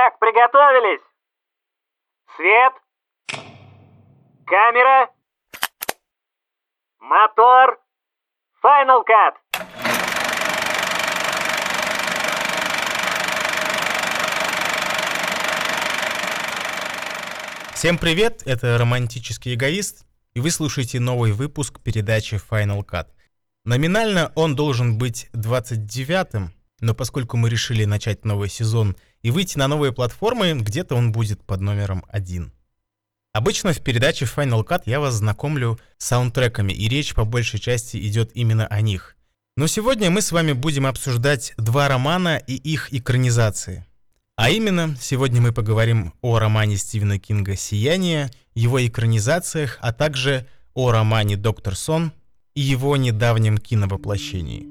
Так, приготовились. Свет. Камера. Мотор. Final Cut. Всем привет, это романтический эгоист, и вы слушаете новый выпуск передачи Final Cut. Номинально он должен быть 29-м, но поскольку мы решили начать новый сезон и выйти на новые платформы, где-то он будет под номером 1. Обычно в передаче Final Cut я вас знакомлю с саундтреками, и речь по большей части идет именно о них. Но сегодня мы с вами будем обсуждать два романа и их экранизации. А именно, сегодня мы поговорим о романе Стивена Кинга «Сияние», его экранизациях, а также о романе «Доктор Сон» и его недавнем киновоплощении.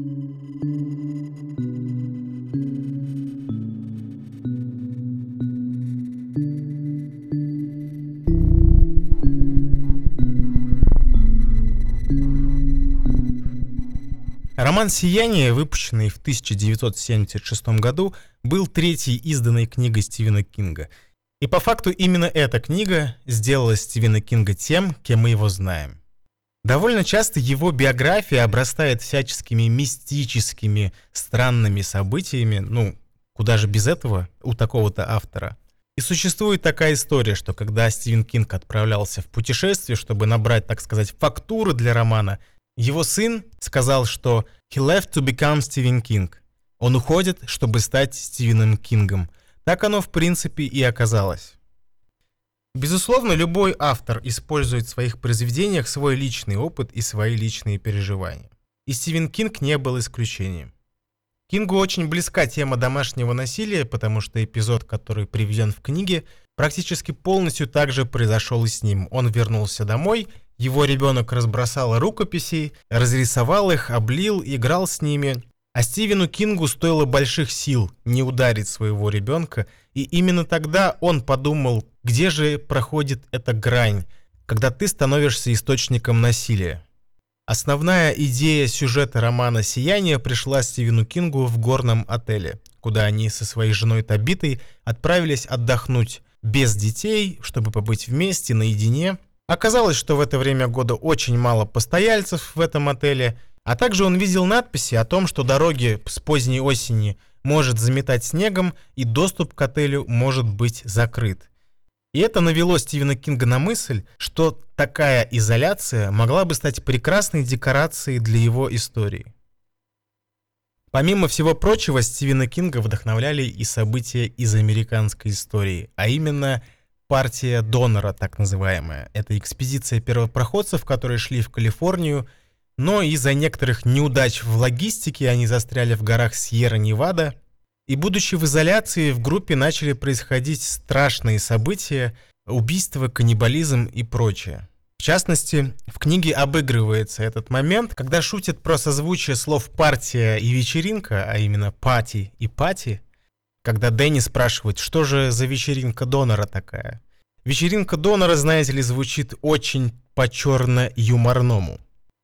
Роман «Сияние», выпущенный в 1976 году, был третьей изданной книгой Стивена Кинга. И по факту именно эта книга сделала Стивена Кинга тем, кем мы его знаем. Довольно часто его биография обрастает всяческими мистическими, странными событиями, куда же без этого у такого-то автора. И существует такая история, что когда Стивен Кинг отправлялся в путешествие, чтобы набрать, так сказать, фактуры для романа, его сын сказал, что «he left to become Stephen King». Он уходит, чтобы стать Стивеном Кингом. Так оно, в принципе, и оказалось. Безусловно, любой автор использует в своих произведениях свой личный опыт и свои личные переживания. И Стивен Кинг не был исключением. Кингу очень близка тема домашнего насилия, потому что эпизод, который приведен в книге, практически полностью так же произошел и с ним. Он вернулся домой, его ребенок разбросал рукописи, разрисовал их, облил, играл с ними. А Стивену Кингу стоило больших сил не ударить своего ребенка, и именно тогда он подумал, где же проходит эта грань, когда ты становишься источником насилия. Основная идея сюжета романа «Сияние» пришла Стивену Кингу в горном отеле, куда они со своей женой Табитой отправились отдохнуть без детей, чтобы побыть вместе, наедине. Оказалось, что в это время года очень мало постояльцев в этом отеле, а также он видел надписи о том, что дороги с поздней осени может заметать снегом и доступ к отелю может быть закрыт. И это навело Стивена Кинга на мысль, что такая изоляция могла бы стать прекрасной декорацией для его истории. Помимо всего прочего, Стивена Кинга вдохновляли и события из американской истории, а именно партия Доннера, так называемая. Это экспедиция первопроходцев, которые шли в Калифорнию, но из-за некоторых неудач в логистике они застряли в горах Сьерра-Невада. И будучи в изоляции, в группе начали происходить страшные события, убийства, каннибализм и прочее. В частности, в книге обыгрывается этот момент, когда шутят про созвучие слов «партия» и «вечеринка», а именно «пати» и «пати», когда Дэнни спрашивает, что же за вечеринка Доннера такая. Вечеринка Доннера, знаете ли, звучит очень по-черно-юморному.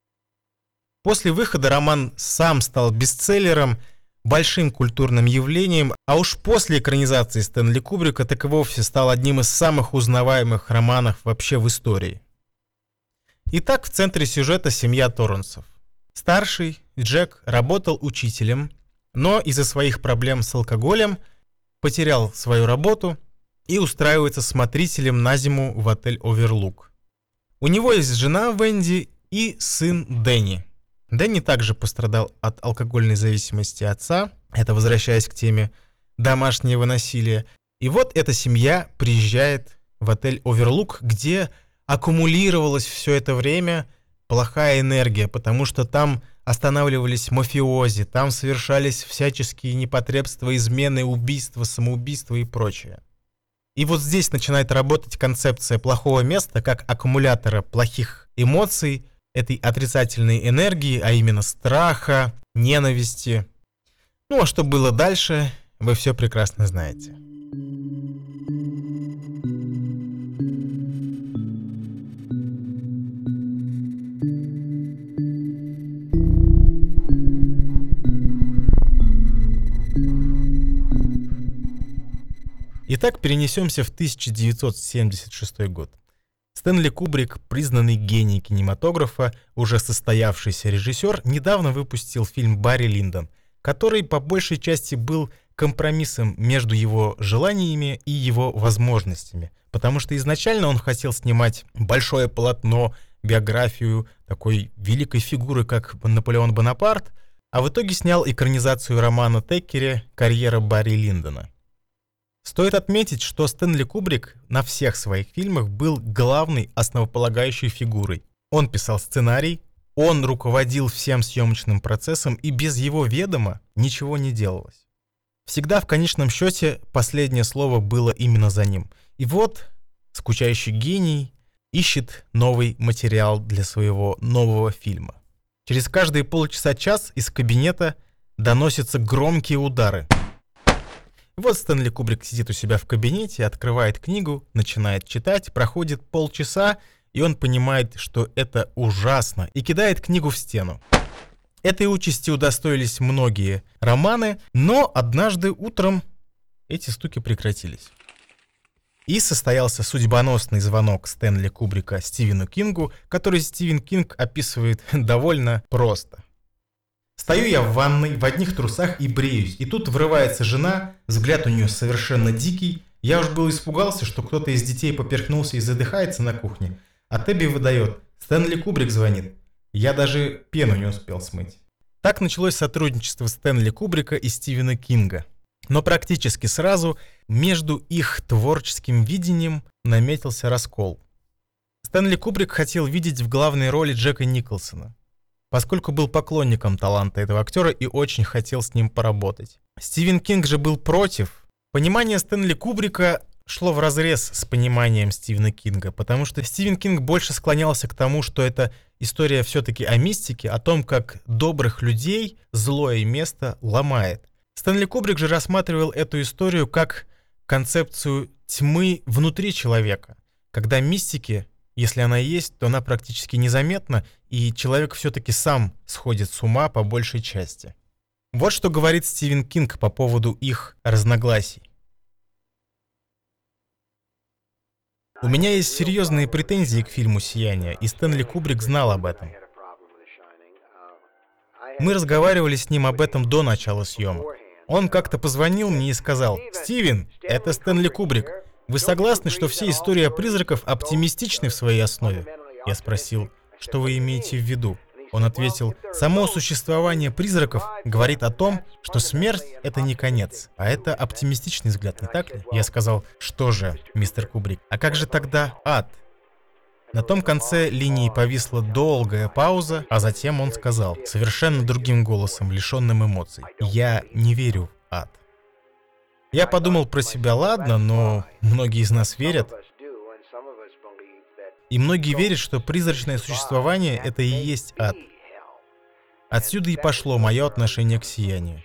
После выхода роман сам стал бестселлером, большим культурным явлением, а уж после экранизации Стэнли Кубрика так и вовсе стал одним из самых узнаваемых романов вообще в истории. Итак, в центре сюжета семья Торренсов. Старший, Джек, работал учителем, но из-за своих проблем с алкоголем потерял свою работу и устраивается смотрителем на зиму в отель «Оверлук». У него есть жена Венди и сын Дэнни. Дэнни также пострадал от алкогольной зависимости отца, это возвращаясь к теме домашнего насилия. И вот эта семья приезжает в отель «Оверлук», где аккумулировалась все это время плохая энергия, потому что там останавливались мафиози, там совершались всяческие непотребства, измены, убийства, самоубийства и прочее. И вот здесь начинает работать концепция плохого места как аккумулятора плохих эмоций, этой отрицательной энергии, а именно страха, ненависти. А что было дальше, вы все прекрасно знаете. Итак, перенесемся в 1976 год. Стэнли Кубрик, признанный гений кинематографа, уже состоявшийся режиссер, недавно выпустил фильм «Барри Линдон», который по большей части был компромиссом между его желаниями и его возможностями, потому что изначально он хотел снимать большое полотно, биографию такой великой фигуры, как Наполеон Бонапарт, а в итоге снял экранизацию романа Теккере «Карьера Барри Линдона». Стоит отметить, что Стэнли Кубрик на всех своих фильмах был главной основополагающей фигурой. Он писал сценарий, он руководил всем съемочным процессом, и без его ведома ничего не делалось. Всегда в конечном счете последнее слово было именно за ним. И вот скучающий гений ищет новый материал для своего нового фильма. Через каждые полчаса-час из кабинета доносятся громкие удары. Вот Стэнли Кубрик сидит у себя в кабинете, открывает книгу, начинает читать, проходит полчаса, и он понимает, что это ужасно, и кидает книгу в стену. Этой участи удостоились многие романы, но однажды утром эти стуки прекратились. И состоялся судьбоносный звонок Стэнли Кубрика Стивену Кингу, который Стивен Кинг описывает довольно просто. Стою я в ванной в одних трусах и бреюсь, и тут врывается жена, взгляд у нее совершенно дикий. Я уж был испугался, что кто-то из детей поперхнулся и задыхается на кухне. А Тебби выдает: Стэнли Кубрик звонит. Я даже пену не успел смыть. Так началось сотрудничество Стэнли Кубрика и Стивена Кинга. Но практически сразу между их творческим видением наметился раскол. Стэнли Кубрик хотел видеть в главной роли Джека Николсона, поскольку был поклонником таланта этого актера и очень хотел с ним поработать. Стивен Кинг же был против. Понимание Стэнли Кубрика шло вразрез с пониманием Стивена Кинга, потому что Стивен Кинг больше склонялся к тому, что это история все-таки о мистике, о том, как добрых людей злое место ломает. Стэнли Кубрик же рассматривал эту историю как концепцию тьмы внутри человека, когда мистики, если она есть, то она практически незаметна, и человек все-таки сам сходит с ума по большей части. Вот что говорит Стивен Кинг по поводу их разногласий. У меня есть серьезные претензии к фильму «Сияние», и Стэнли Кубрик знал об этом. Мы разговаривали с ним об этом до начала съемок. Он как-то позвонил мне и сказал: «Стивен, это Стэнли Кубрик. Вы согласны, что все истории о призраках оптимистичны в своей основе?» Я спросил: «Что вы имеете в виду?» Он ответил: «Само существование призраков говорит о том, что смерть — это не конец, а это оптимистичный взгляд, не так ли?» Я сказал: «Что же, мистер Кубрик, а как же тогда ад?» На том конце линии повисла долгая пауза, а затем он сказал совершенно другим голосом, лишенным эмоций: «Я не верю в ад». Я подумал про себя: ладно, но многие из нас верят. И многие верят, что призрачное существование — это и есть ад. Отсюда и пошло мое отношение к «Сиянию».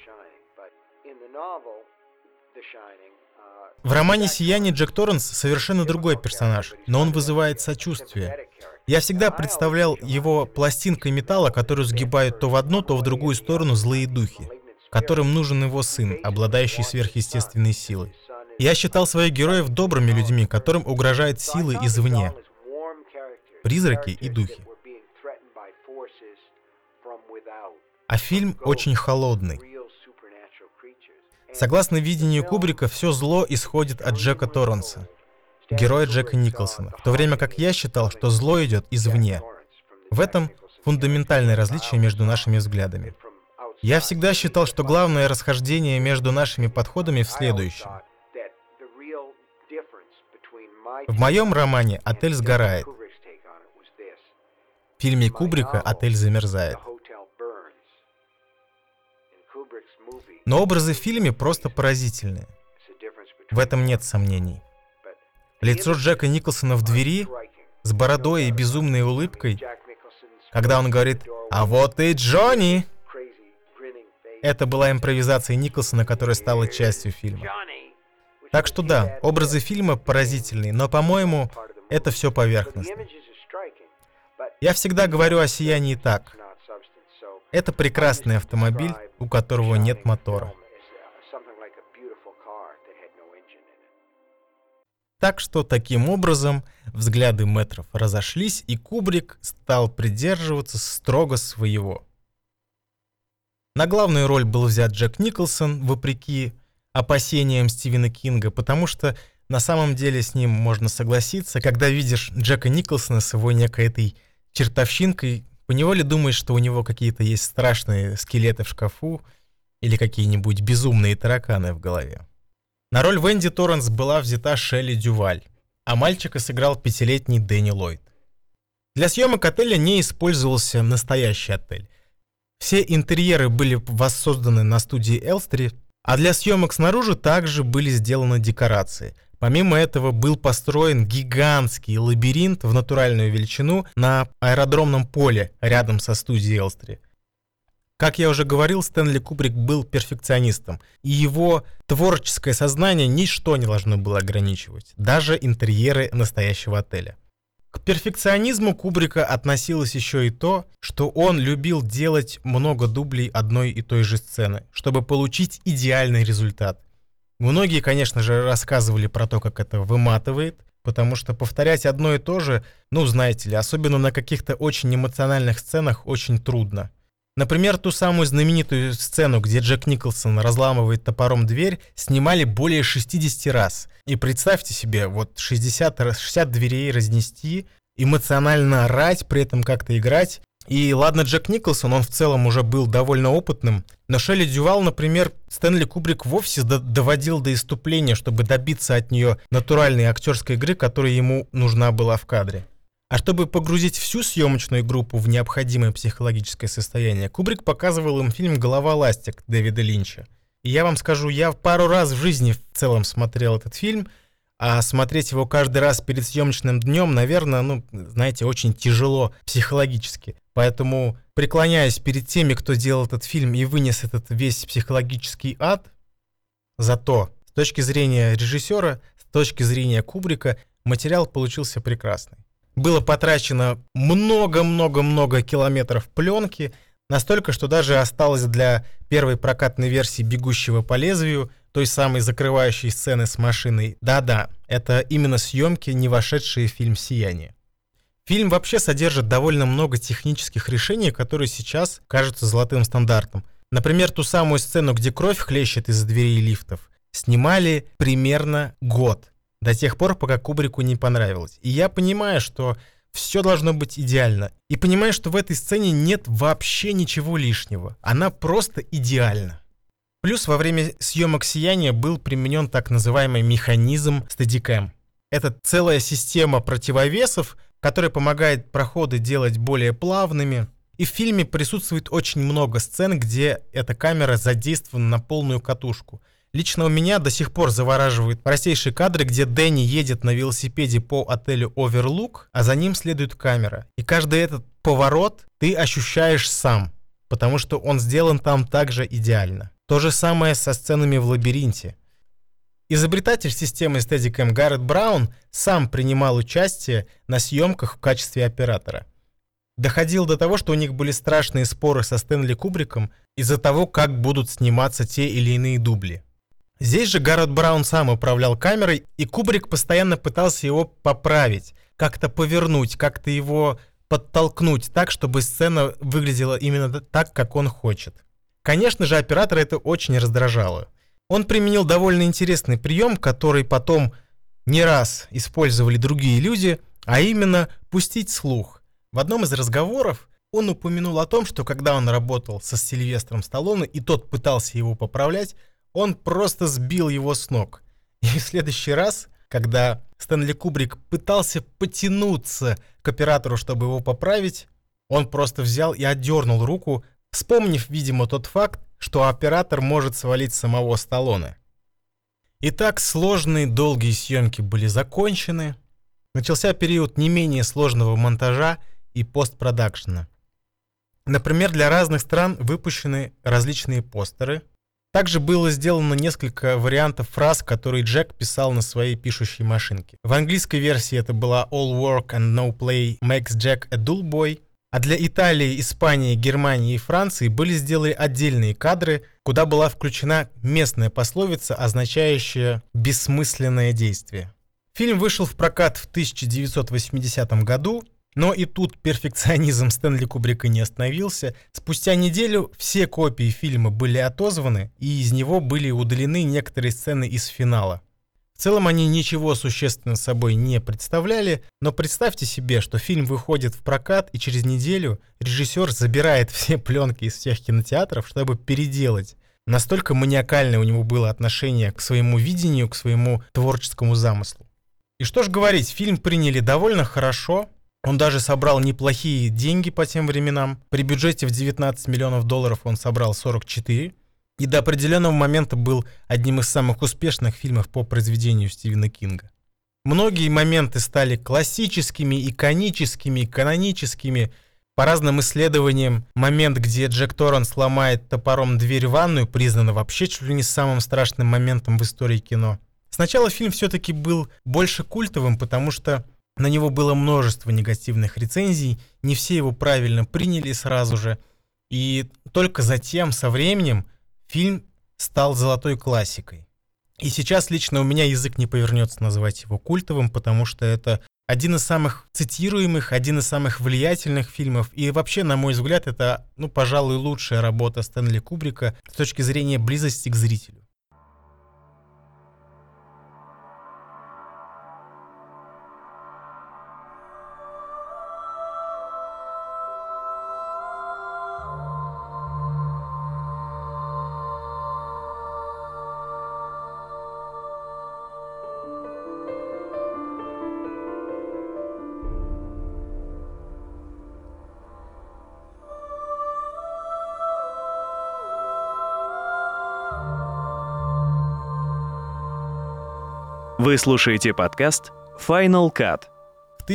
В романе «Сияние» Джек Торренс совершенно другой персонаж, но он вызывает сочувствие. Я всегда представлял его пластинкой металла, которую сгибают то в одну, то в другую сторону злые духи, которым нужен его сын, обладающий сверхъестественной силой. Я считал своих героев добрыми людьми, которым угрожают силы извне. Призраки и духи. А фильм очень холодный. Согласно видению Кубрика, все зло исходит от Джека Торренса, героя Джека Николсона, в то время как я считал, что зло идет извне. В этом фундаментальное различие между нашими взглядами. Я всегда считал, что главное расхождение между нашими подходами в следующем. В моем романе «Отель сгорает». В фильме Кубрика «Отель замерзает». Но образы в фильме просто поразительные. В этом нет сомнений. Лицо Джека Николсона в двери, с бородой и безумной улыбкой, когда он говорит: «А вот и Джонни!» Это была импровизация Николсона, которая стала частью фильма. Так что да, образы фильма поразительные, но, по-моему, это все поверхностно. Я всегда говорю о «Сиянии» так. Это прекрасный автомобиль, у которого нет мотора. Так что таким образом взгляды мэтров разошлись, и Кубрик стал придерживаться строго своего. На главную роль был взят Джек Николсон, вопреки опасениям Стивена Кинга, потому что на самом деле с ним можно согласиться. Когда видишь Джека Николсона с его некой этой чертовщинкой, поневоле думаешь, что у него какие-то есть страшные скелеты в шкафу или какие-нибудь безумные тараканы в голове. На роль Венди Торренс была взята Шелли Дюваль, а мальчика сыграл 5-летний Дэнни Ллойд. Для съемок отеля не использовался настоящий отель. Все интерьеры были воссозданы на студии Элстри, а для съемок снаружи также были сделаны декорации. Помимо этого был построен гигантский лабиринт в натуральную величину на аэродромном поле рядом со студией Элстри. Как я уже говорил, Стэнли Кубрик был перфекционистом, и его творческое сознание ничто не должно было ограничивать, даже интерьеры настоящего отеля. К перфекционизму Кубрика относилось еще и то, что он любил делать много дублей одной и той же сцены, чтобы получить идеальный результат. Многие, конечно же, рассказывали про то, как это выматывает, потому что повторять одно и то же, знаете ли, особенно на каких-то очень эмоциональных сценах, очень трудно. Например, ту самую знаменитую сцену, где Джек Николсон разламывает топором дверь, снимали более 60 раз. И представьте себе, 60 дверей разнести, эмоционально орать, при этом как-то играть. И ладно, Джек Николсон, он в целом уже был довольно опытным, но Шелли Дюваль, например, Стэнли Кубрик вовсе доводил до исступления, чтобы добиться от нее натуральной актерской игры, которая ему нужна была в кадре. А чтобы погрузить всю съемочную группу в необходимое психологическое состояние, Кубрик показывал им фильм «Голова ластик» Дэвида Линча. И я вам скажу, я пару раз в жизни в целом смотрел этот фильм, а смотреть его каждый раз перед съемочным днем, наверное, знаете, очень тяжело психологически. Поэтому, преклоняясь перед теми, кто делал этот фильм и вынес этот весь психологический ад, зато с точки зрения режиссера, с точки зрения Кубрика, материал получился прекрасный. Было потрачено много-много-много километров пленки, настолько, что даже осталось для первой прокатной версии «Бегущего по лезвию», той самой закрывающей сцены с машиной. Да-да, это именно съемки, не вошедшие в фильм «Сияние». Фильм вообще содержит довольно много технических решений, которые сейчас кажутся золотым стандартом. Например, ту самую сцену, где кровь хлещет из дверей лифтов, снимали примерно год. До тех пор, пока Кубрику не понравилось. И я понимаю, что все должно быть идеально. И понимаю, что в этой сцене нет вообще ничего лишнего. Она просто идеальна. Плюс во время съемок «Сияния» был применен так называемый механизм Steadicam. Это целая система противовесов, которая помогает проходы делать более плавными. И в фильме присутствует очень много сцен, где эта камера задействована на полную катушку. Лично у меня до сих пор завораживают простейшие кадры, где Дэнни едет на велосипеде по отелю Overlook, а за ним следует камера. И каждый этот поворот ты ощущаешь сам, потому что он сделан там также идеально. То же самое со сценами в лабиринте. Изобретатель системы Steadicam Гаррет Браун сам принимал участие на съемках в качестве оператора. Доходило до того, что у них были страшные споры со Стэнли Кубриком из-за того, как будут сниматься те или иные дубли. Здесь же Гаррет Браун сам управлял камерой, и Кубрик постоянно пытался его поправить, как-то повернуть, как-то его подтолкнуть так, чтобы сцена выглядела именно так, как он хочет. Конечно же, оператора это очень раздражало. Он применил довольно интересный прием, который потом не раз использовали другие люди, а именно пустить слух. В одном из разговоров он упомянул о том, что когда он работал со Сильвестром Сталлоне, и тот пытался его поправлять, он просто сбил его с ног. И в следующий раз, когда Стэнли Кубрик пытался потянуться к оператору, чтобы его поправить, он просто взял и отдернул руку, вспомнив, видимо, тот факт, что оператор может свалить самого Сталлоне. Итак, сложные долгие съемки были закончены. Начался период не менее сложного монтажа и постпродакшена. Например, для разных стран выпущены различные постеры. Также было сделано несколько вариантов фраз, которые Джек писал на своей пишущей машинке. В английской версии это была «All work and no play makes Jack a dull boy», а для Италии, Испании, Германии и Франции были сделаны отдельные кадры, куда была включена местная пословица, означающая «бессмысленное действие». Фильм вышел в прокат в 1980 году, но и тут перфекционизм Стэнли Кубрика не остановился. Спустя неделю все копии фильма были отозваны, и из него были удалены некоторые сцены из финала. В целом они ничего существенного собой не представляли, но представьте себе, что фильм выходит в прокат, и через неделю режиссер забирает все пленки из всех кинотеатров, чтобы переделать. Настолько маниакальное у него было отношение к своему видению, к своему творческому замыслу. И что ж говорить, фильм приняли довольно хорошо. Он даже собрал неплохие деньги по тем временам. При бюджете в $19 миллионов он собрал 44. И до определенного момента был одним из самых успешных фильмов по произведению Стивена Кинга. Многие моменты стали классическими, иконическими, каноническими. По разным исследованиям, момент, где Джек Торренс ломает топором дверь в ванную, признан вообще чуть ли не самым страшным моментом в истории кино. Сначала фильм все-таки был больше культовым, потому что на него было множество негативных рецензий, не все его правильно приняли сразу же, и только затем, со временем, фильм стал золотой классикой. И сейчас лично у меня язык не повернется назвать его культовым, потому что это один из самых цитируемых, один из самых влиятельных фильмов, и вообще, на мой взгляд, это, пожалуй, лучшая работа Стэнли Кубрика с точки зрения близости к зрителю. Вы слушаете подкаст Final Cut. В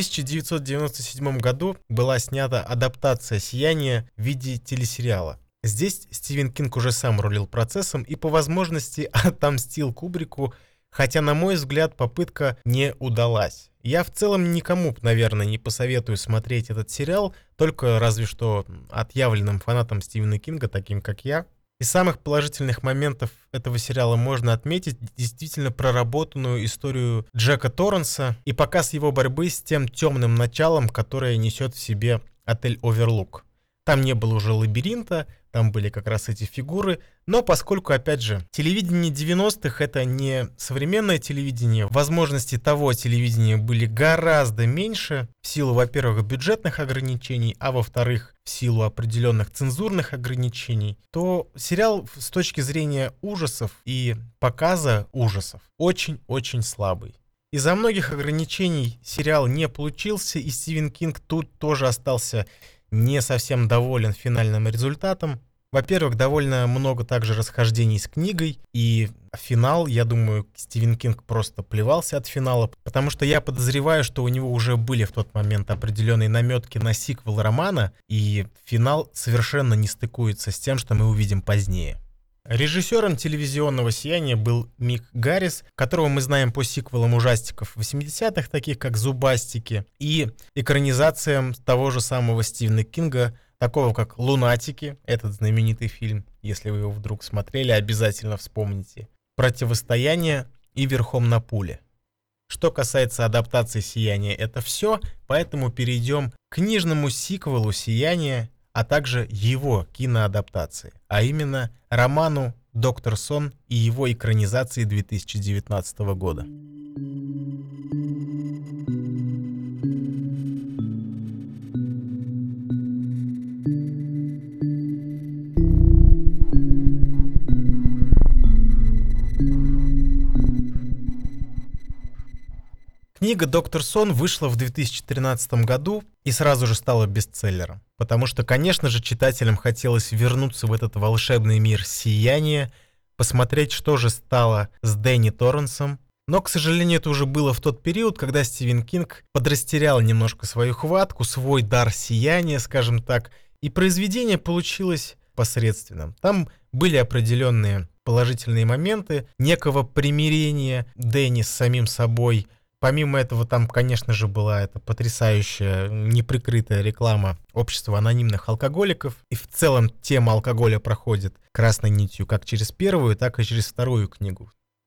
1997 году была снята адаптация «Сияния» в виде телесериала. Здесь Стивен Кинг уже сам рулил процессом и по возможности отомстил Кубрику, хотя, на мой взгляд, попытка не удалась. Я в целом никому, наверное, не посоветую смотреть этот сериал, только разве что отъявленным фанатам Стивена Кинга, таким как я. Из самых положительных моментов этого сериала можно отметить действительно проработанную историю Джека Торренса и показ его борьбы с тем темным началом, которое несет в себе отель Оверлук. Там не было уже лабиринта, там были как раз эти фигуры, но поскольку, опять же, телевидение 90-х — это не современное телевидение, возможности того телевидения были гораздо меньше в силу, во-первых, бюджетных ограничений, а во-вторых, в силу определенных цензурных ограничений, то сериал с точки зрения ужасов и показа ужасов очень-очень слабый. Из-за многих ограничений сериал не получился, и Стивен Кинг тут тоже остался не совсем доволен финальным результатом. Во-первых, довольно много также расхождений с книгой, и финал, я думаю, Стивен Кинг просто плевался от финала, потому что я подозреваю, что у него уже были в тот момент определенные наметки на сиквел романа, и финал совершенно не стыкуется с тем, что мы увидим позднее. Режиссером телевизионного «Сияния» был Мик Гаррис, которого мы знаем по сиквелам ужастиков 80-х, таких как «Зубастики», и экранизациям того же самого Стивена Кинга, такого как «Лунатики», этот знаменитый фильм, если вы его вдруг смотрели, обязательно вспомните, «Противостояние» и «Верхом на пуле». Что касается адаптации «Сияния», это все, поэтому перейдем к книжному сиквелу «Сияния», а также его киноадаптации, а именно роману «Доктор Сон» и его экранизации 2019 года. Книга «Доктор Сон» вышла в 2013 году и сразу же стала бестселлером, потому что, конечно же, читателям хотелось вернуться в этот волшебный мир сияния, посмотреть, что же стало с Дэнни Торренсом. Но, к сожалению, это уже было в тот период, когда Стивен Кинг подрастерял немножко свою хватку, свой дар сияния, скажем так, и произведение получилось посредственным. Там были определенные положительные моменты, некого примирения Дэнни с самим собой. Помимо этого, там, конечно же, была эта потрясающая неприкрытая реклама общества анонимных алкоголиков. И в целом тема алкоголя проходит красной нитью как через первую, так и через вторую книгу.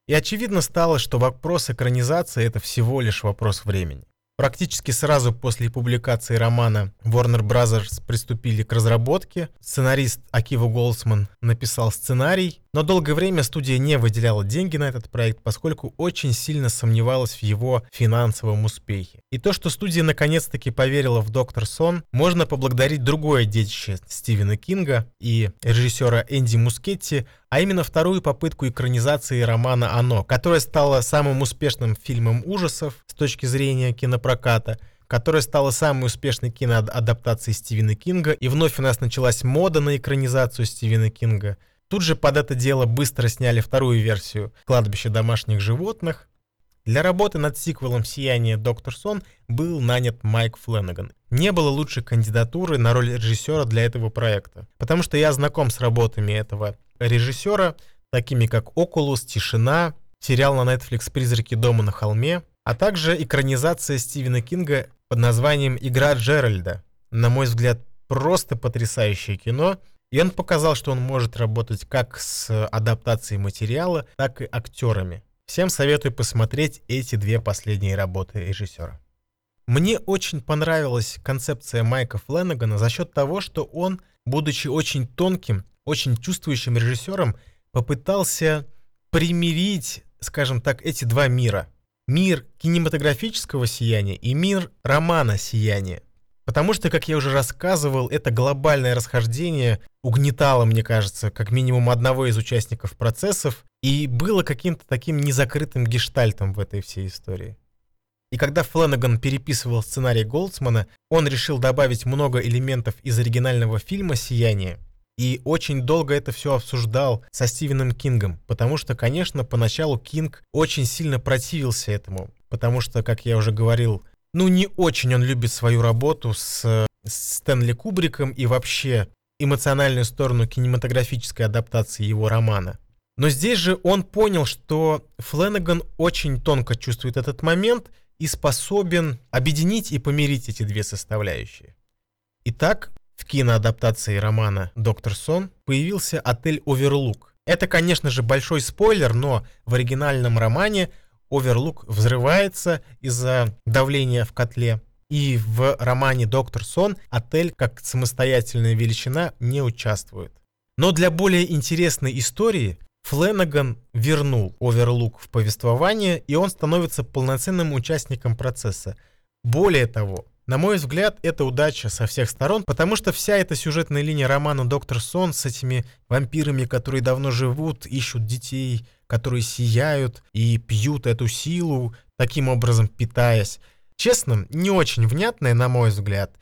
И очевидно стало, что вопрос экранизации — это всего лишь вопрос времени. Практически сразу после публикации романа Warner Bros. Приступили к разработке. Сценарист Акива Голдсман написал сценарий, но долгое время студия не выделяла деньги на этот проект, поскольку очень сильно сомневалась в его финансовом успехе. И то, что студия наконец-таки поверила в «Доктор Сон», можно поблагодарить другое детище Стивена Кинга и режиссера Энди Мускетти, а именно вторую попытку экранизации романа «Оно», которая стала самым успешным фильмом ужасов с точки зрения кинопроката, которая стала самой успешной киноадаптацией Стивена Кинга, и вновь у нас началась мода на экранизацию Стивена Кинга. Тут же под это дело быстро сняли вторую версию «Кладбище домашних животных». Для работы над сиквелом «Сияние. Доктор Сон» был нанят Майк Флэнеган. Не было лучшей кандидатуры на роль режиссера для этого проекта, потому что я знаком с работами этого режиссера, такими как «Окулус», «Тишина», сериал на Netflix «Призраки дома на холме», а также экранизация Стивена Кинга под названием «Игра Джеральда». На мой взгляд, просто потрясающее кино, и он показал, что он может работать как с адаптацией материала, так и актерами. Всем советую посмотреть эти две последние работы режиссера. Мне очень понравилась концепция Майка Флэнегана за счет того, что он, будучи очень тонким, очень чувствующим режиссером, попытался примирить, скажем так, эти два мира. Мир кинематографического сияния и мир романа «Сияние». Потому что, как я уже рассказывал, это глобальное расхождение угнетало, мне кажется, как минимум одного из участников процессов и было каким-то таким незакрытым гештальтом в этой всей истории. И когда Флэнеган переписывал сценарий Голдсмана, он решил добавить много элементов из оригинального фильма «Сияние». И очень долго это все обсуждал со Стивеном Кингом, потому что, конечно, поначалу Кинг очень сильно противился этому, потому что, как я уже говорил, не очень он любит свою работу с Стэнли Кубриком и вообще эмоциональную сторону кинематографической адаптации его романа. Но здесь же он понял, что Флэнеган очень тонко чувствует этот момент и способен объединить и помирить эти две составляющие. Итак, в киноадаптации романа «Доктор Сон» появился отель «Оверлук». Это, конечно же, большой спойлер, но в оригинальном романе Оверлук взрывается из-за давления в котле. И в романе «Доктор Сон» отель как самостоятельная величина не участвует. Но для более интересной истории Флэнеган вернул Оверлук в повествование, и он становится полноценным участником процесса. Более того, на мой взгляд, это удача со всех сторон, потому что вся эта сюжетная линия романа «Доктор Сон» с этими вампирами, которые давно живут, ищут детей, которые сияют и пьют эту силу, таким образом питаясь. Честно, не очень внятная, на мой взгляд.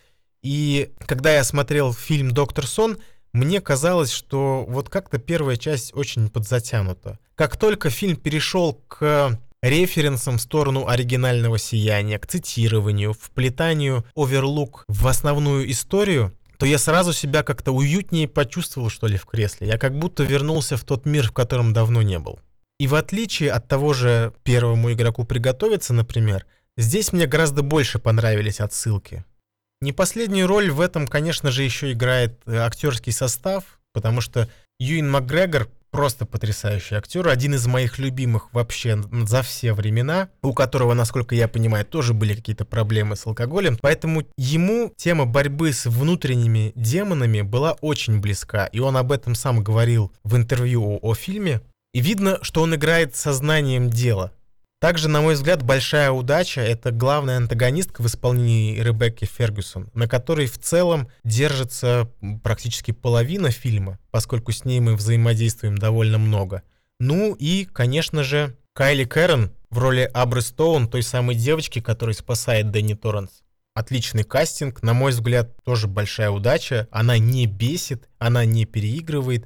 И когда я смотрел фильм «Доктор Сон», мне казалось, что вот как-то первая часть очень подзатянута. Как только фильм перешел к референсам в сторону оригинального «Сияния», к цитированию, вплетанию Оверлук в основную историю, то я сразу себя как-то уютнее почувствовал, что ли, в кресле. Я как будто вернулся в тот мир, в котором давно не был. И в отличие от того же «Первому игроку приготовиться», например, здесь мне гораздо больше понравились отсылки. Не последнюю роль в этом, конечно же, еще играет актерский состав, потому что Юэн Макгрегор просто потрясающий актер, один из моих любимых вообще за все времена, у которого, насколько я понимаю, тоже были какие-то проблемы с алкоголем, поэтому ему тема борьбы с внутренними демонами была очень близка, и он об этом сам говорил в интервью о фильме, и видно, что он играет сознанием дела. Также, на мой взгляд, большая удача — это главная антагонистка в исполнении Ребекки Фергюсон, на которой в целом держится практически половина фильма, поскольку с ней мы взаимодействуем довольно много. Ну и, конечно же, Кайли Кэрон в роли Абры Стоун, той самой девочки, которая спасает Дэнни Торренс. Отличный кастинг, на мой взгляд, тоже большая удача. Она не бесит, она не переигрывает.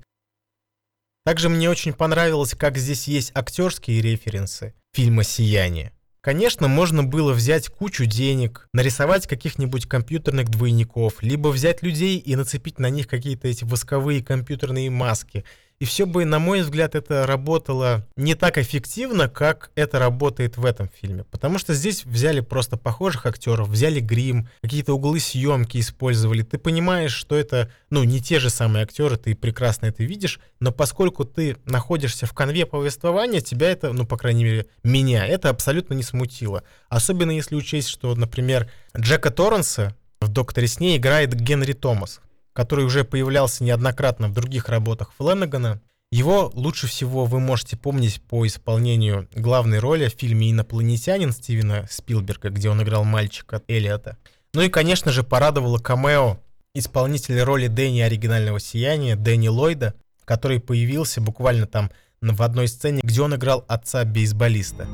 Также мне очень понравилось, как здесь есть актерские референсы фильма «Сияние». Конечно, можно было взять кучу денег, нарисовать каких-нибудь компьютерных двойников, либо взять людей и нацепить на них какие-то эти восковые компьютерные маски, и все бы, на мой взгляд, это работало не так эффективно, как это работает в этом фильме. Потому что здесь взяли просто похожих актеров, взяли грим, какие-то углы съемки использовали. Ты понимаешь, что это, не те же самые актеры, ты прекрасно это видишь, но поскольку ты находишься в канве повествования, тебя это, по крайней мере, меня, это абсолютно не смутило. Особенно если учесть, что, например, Джека Торранса в «Докторе Сне» играет Генри Томас, который уже появлялся неоднократно в других работах Флэнегана. Его лучше всего вы можете помнить по исполнению главной роли в фильме «Инопланетянин» Стивена Спилберга, где он играл мальчика Эллиота. Ну и, конечно же, порадовало камео исполнителя роли Дэнни оригинального «Сияния» Дэнни Ллойда, который появился буквально там в одной сцене, где он играл отца бейсболиста.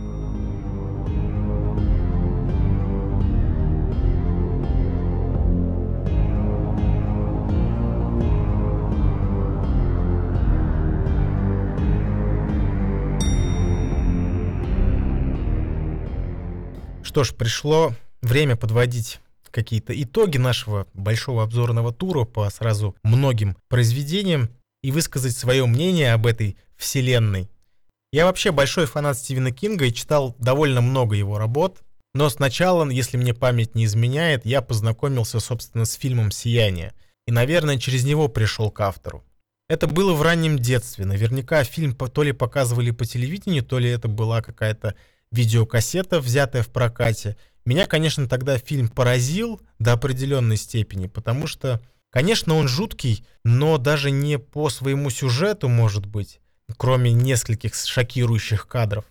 Что ж, пришло время подводить какие-то итоги нашего большого обзорного тура по сразу многим произведениям и высказать свое мнение об этой вселенной. Я вообще большой фанат Стивена Кинга и читал довольно много его работ, но сначала, если мне память не изменяет, я познакомился, собственно, с фильмом «Сияние», и, наверное, через него пришел к автору. Это было в раннем детстве. Наверняка фильм то ли показывали по телевидению, то ли это была какая-то видеокассета, взятая в прокате. Меня, конечно, тогда фильм поразил до определенной степени, потому что, конечно, он жуткий, но даже не по своему сюжету, может быть, кроме нескольких шокирующих кадров,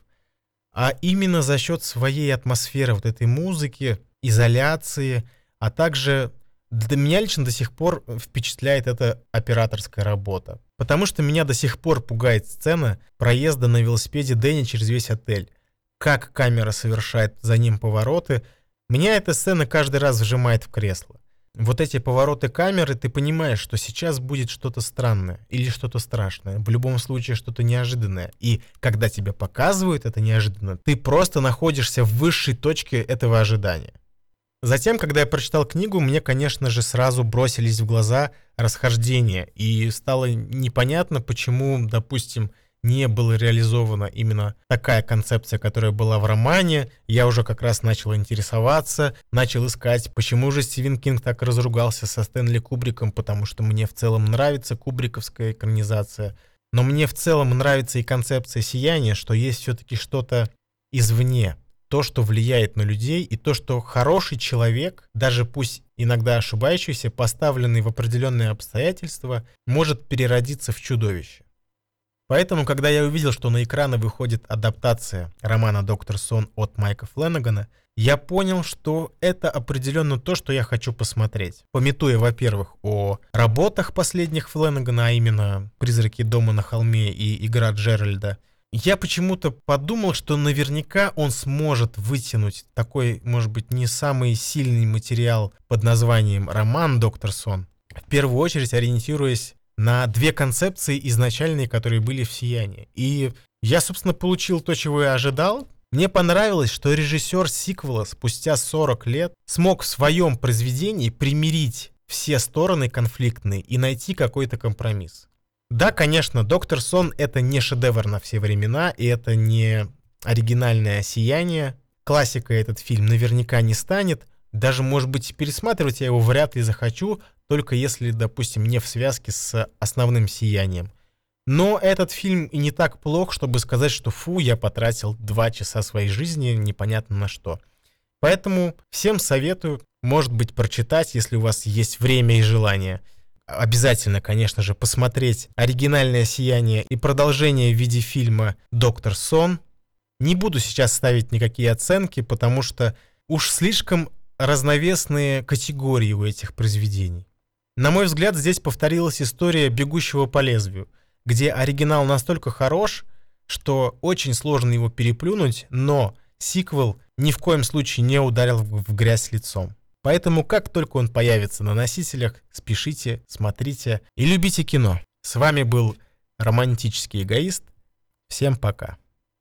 а именно за счет своей атмосферы, вот этой музыки, изоляции, а также меня лично до сих пор впечатляет эта операторская работа. Потому что меня до сих пор пугает сцена проезда на велосипеде Дэнни через весь отель. Как камера совершает за ним повороты. Меня эта сцена каждый раз вжимает в кресло. Вот эти повороты камеры, ты понимаешь, что сейчас будет что-то странное или что-то страшное. В любом случае что-то неожиданное. И когда тебя показывают это неожиданно, ты просто находишься в высшей точке этого ожидания. Затем, когда я прочитал книгу, мне, конечно же, сразу бросились в глаза расхождения. И стало непонятно, почему, допустим, не была реализована именно такая концепция, которая была в романе. Я уже как раз начал интересоваться, начал искать, почему же Стивен Кинг так разругался со Стэнли Кубриком, потому что мне в целом нравится кубриковская экранизация, но мне в целом нравится и концепция «Сияния», что есть все-таки что-то извне, то, что влияет на людей, и то, что хороший человек, даже пусть иногда ошибающийся, поставленный в определенные обстоятельства, может переродиться в чудовище. Поэтому, когда я увидел, что на экраны выходит адаптация романа «Доктор Сон» от Майка Флэнегана, я понял, что это определенно то, что я хочу посмотреть. Памятуя, во-первых, о работах последних Флэнегана, а именно «Призраки дома на холме» и «Игра Джеральда», я почему-то подумал, что наверняка он сможет вытянуть такой, может быть, не самый сильный материал под названием «Роман Доктор Сон», в первую очередь ориентируясь на две концепции изначальные, которые были в «Сиянии». И я, собственно, получил то, чего я ожидал. Мне понравилось, что режиссер сиквела спустя 40 лет смог в своем произведении примирить все стороны конфликтные и найти какой-то компромисс. Да, конечно, «Доктор Сон» — это не шедевр на все времена, и это не оригинальное «Сияние». Классикой этот фильм наверняка не станет. Даже, может быть, пересматривать я его вряд ли захочу, только если, допустим, не в связке с основным «Сиянием». Но этот фильм и не так плох, чтобы сказать, что фу, я потратил 2 часа своей жизни непонятно на что. Поэтому всем советую, может быть, прочитать, если у вас есть время и желание. Обязательно, конечно же, посмотреть оригинальное «Сияние» и продолжение в виде фильма «Доктор Сон». Не буду сейчас ставить никакие оценки, потому что уж слишком разновесные категории у этих произведений. На мой взгляд, здесь повторилась история «Бегущего по лезвию», где оригинал настолько хорош, что очень сложно его переплюнуть, но сиквел ни в коем случае не ударил в грязь лицом. Поэтому, как только он появится на носителях, спешите, смотрите и любите кино. С вами был романтический эгоист. Всем пока.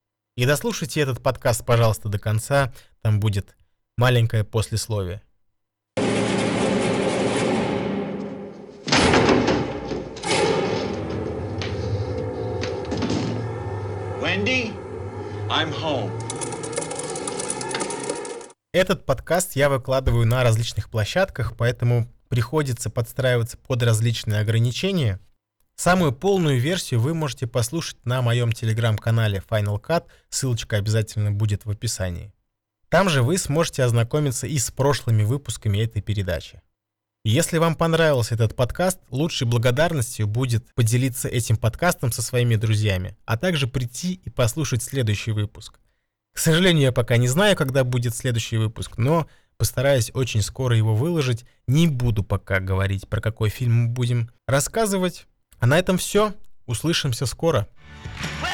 И дослушайте этот подкаст, пожалуйста, до конца. Там будет маленькое послесловие. Andy, I'm home. Этот подкаст я выкладываю на различных площадках, поэтому приходится подстраиваться под различные ограничения. Самую полную версию вы можете послушать на моем телеграм-канале Final Cut, ссылочка обязательно будет в описании. Там же вы сможете ознакомиться и с прошлыми выпусками этой передачи. Если вам понравился этот подкаст, лучшей благодарностью будет поделиться этим подкастом со своими друзьями, а также прийти и послушать следующий выпуск. К сожалению, я пока не знаю, когда будет следующий выпуск, но постараюсь очень скоро его выложить. Не буду пока говорить, про какой фильм мы будем рассказывать. А на этом все. Услышимся скоро.